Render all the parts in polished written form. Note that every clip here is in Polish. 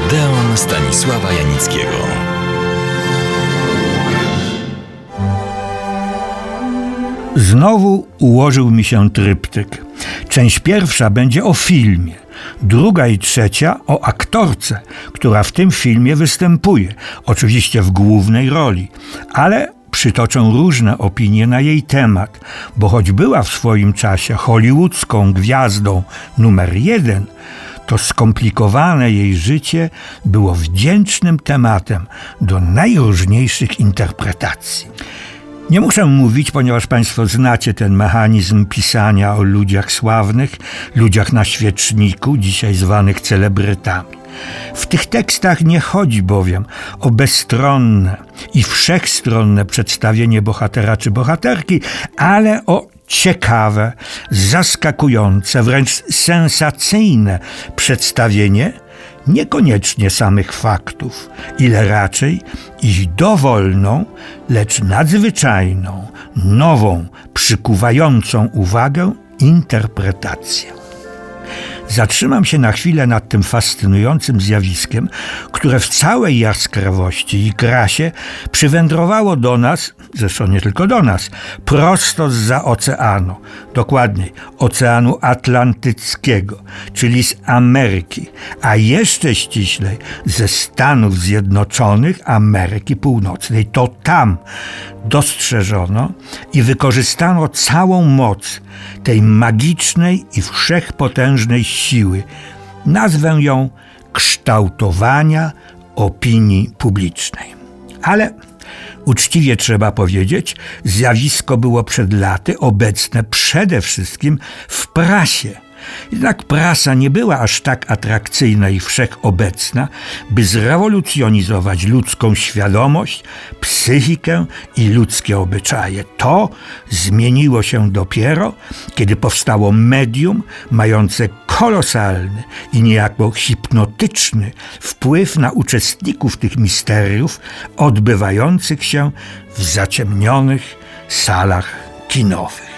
Odeon Stanisława Janickiego. Znowu ułożył mi się tryptyk. Część pierwsza będzie o filmie, druga i trzecia o aktorce, która w tym filmie występuje, oczywiście w głównej roli, ale przytoczę różne opinie na jej temat, bo choć była w swoim czasie hollywoodzką gwiazdą numer 1, to skomplikowane jej życie było wdzięcznym tematem do najróżniejszych interpretacji. Nie muszę mówić, ponieważ Państwo znacie ten mechanizm pisania o ludziach sławnych, ludziach na świeczniku, dzisiaj zwanych celebrytami. W tych tekstach nie chodzi bowiem o bezstronne i wszechstronne przedstawienie bohatera czy bohaterki, ale o ciekawe, zaskakujące, wręcz sensacyjne przedstawienie niekoniecznie samych faktów, ile raczej ich dowolną, lecz nadzwyczajną, nową, przykuwającą uwagę interpretację. Zatrzymam się na chwilę nad tym fascynującym zjawiskiem, które w całej jaskrawości i krasie przywędrowało do nas, zresztą nie tylko do nas, prosto zza oceanu, dokładniej Oceanu Atlantyckiego, czyli z Ameryki, a jeszcze ściślej ze Stanów Zjednoczonych Ameryki Północnej. To tam dostrzeżono i wykorzystano całą moc tej magicznej i wszechpotężnej siły. Nazwę ją kształtowania opinii publicznej. Ale uczciwie trzeba powiedzieć, zjawisko było przed laty obecne przede wszystkim w prasie. Jednak prasa nie była aż tak atrakcyjna i wszechobecna, by zrewolucjonizować ludzką świadomość, psychikę i ludzkie obyczaje. To zmieniło się dopiero, kiedy powstało medium mające kolosalny i niejako hipnotyczny wpływ na uczestników tych misteriów odbywających się w zaciemnionych salach kinowych.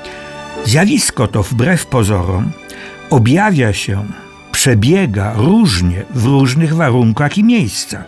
Zjawisko to wbrew pozorom objawia się, przebiega różnie w różnych warunkach i miejscach.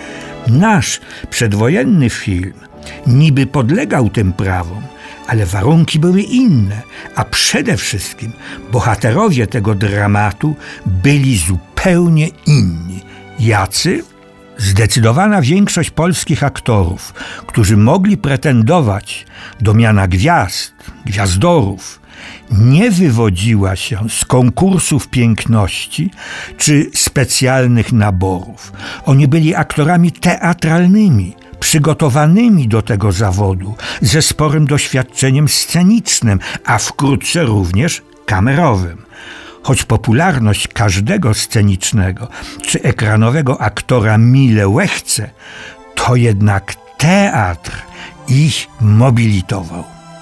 Nasz przedwojenny film niby podlegał tym prawom, ale warunki były inne, a przede wszystkim bohaterowie tego dramatu byli zupełnie inni. Jacy? Zdecydowana większość polskich aktorów, którzy mogli pretendować do miana gwiazd, gwiazdorów, nie wywodziła się z konkursów piękności czy specjalnych naborów. Oni byli aktorami teatralnymi, przygotowanymi do tego zawodu, ze sporym doświadczeniem scenicznym, a wkrótce również kamerowym. Choć popularność każdego scenicznego czy ekranowego aktora mile łechce, to jednak teatr ich mobilitował.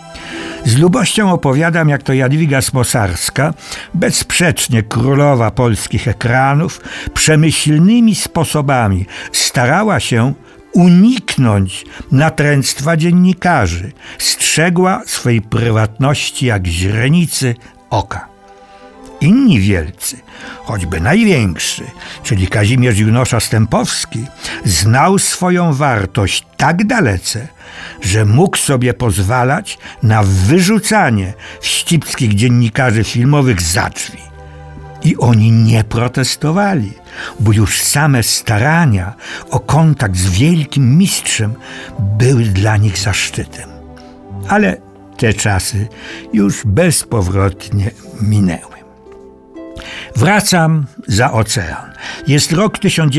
Z lubością opowiadam, jak to Jadwiga Smosarska, bezsprzecznie królowa polskich ekranów, przemyślnymi sposobami starała się uniknąć natręctwa dziennikarzy, strzegła swej prywatności jak źrenicy oka. Inni wielcy, choćby największy, czyli Kazimierz Junosza-Stępowski, znał swoją wartość tak dalece, że mógł sobie pozwalać na wyrzucanie wścibskich dziennikarzy filmowych za drzwi. I oni nie protestowali, bo już same starania o kontakt z wielkim mistrzem były dla nich zaszczytem. Ale te czasy już bezpowrotnie minęły. Wracam za ocean. Jest rok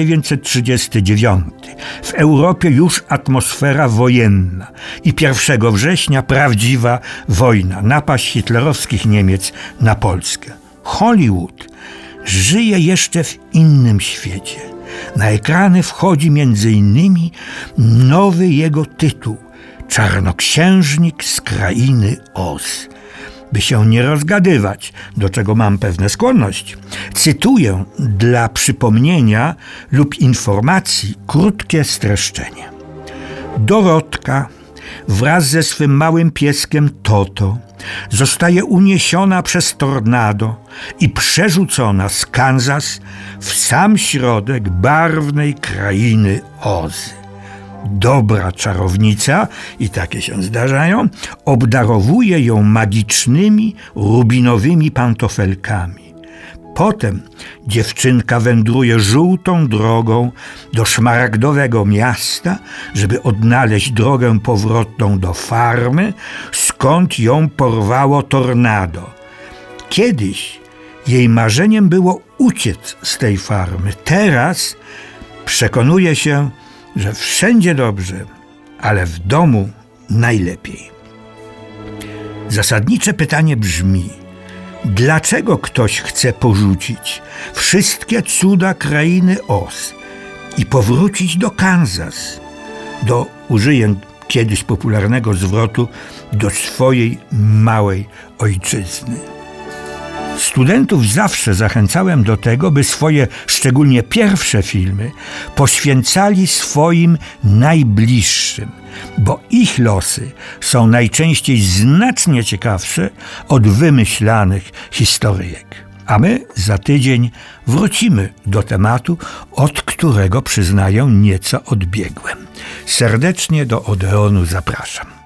1939. W Europie już atmosfera wojenna i 1 września prawdziwa wojna, napaść hitlerowskich Niemiec na Polskę. Hollywood żyje jeszcze w innym świecie. Na ekrany wchodzi między innymi nowy jego tytuł – Czarnoksiężnik z krainy Oz. By się nie rozgadywać, do czego mam pewne skłonności. Cytuję dla przypomnienia lub informacji krótkie streszczenie. Dorotka wraz ze swym małym pieskiem Toto zostaje uniesiona przez tornado i przerzucona z Kansas w sam środek barwnej krainy Oz. Dobra czarownica, i takie się zdarzają, obdarowuje ją magicznymi, rubinowymi pantofelkami. Potem dziewczynka wędruje żółtą drogą do szmaragdowego miasta, żeby odnaleźć drogę powrotną do farmy, skąd ją porwało tornado. Kiedyś jej marzeniem było uciec z tej farmy. Teraz przekonuje się, że wszędzie dobrze, ale w domu najlepiej. Zasadnicze pytanie brzmi: dlaczego ktoś chce porzucić wszystkie cuda krainy Oz i powrócić do Kansas, użyję kiedyś popularnego zwrotu, do swojej małej ojczyzny? Studentów zawsze zachęcałem do tego, by swoje, szczególnie pierwsze filmy, poświęcali swoim najbliższym, bo ich losy są najczęściej znacznie ciekawsze od wymyślanych historyjek. A my za tydzień wrócimy do tematu, od którego, przyznaję, nieco odbiegłem. Serdecznie do Odeonu zapraszam.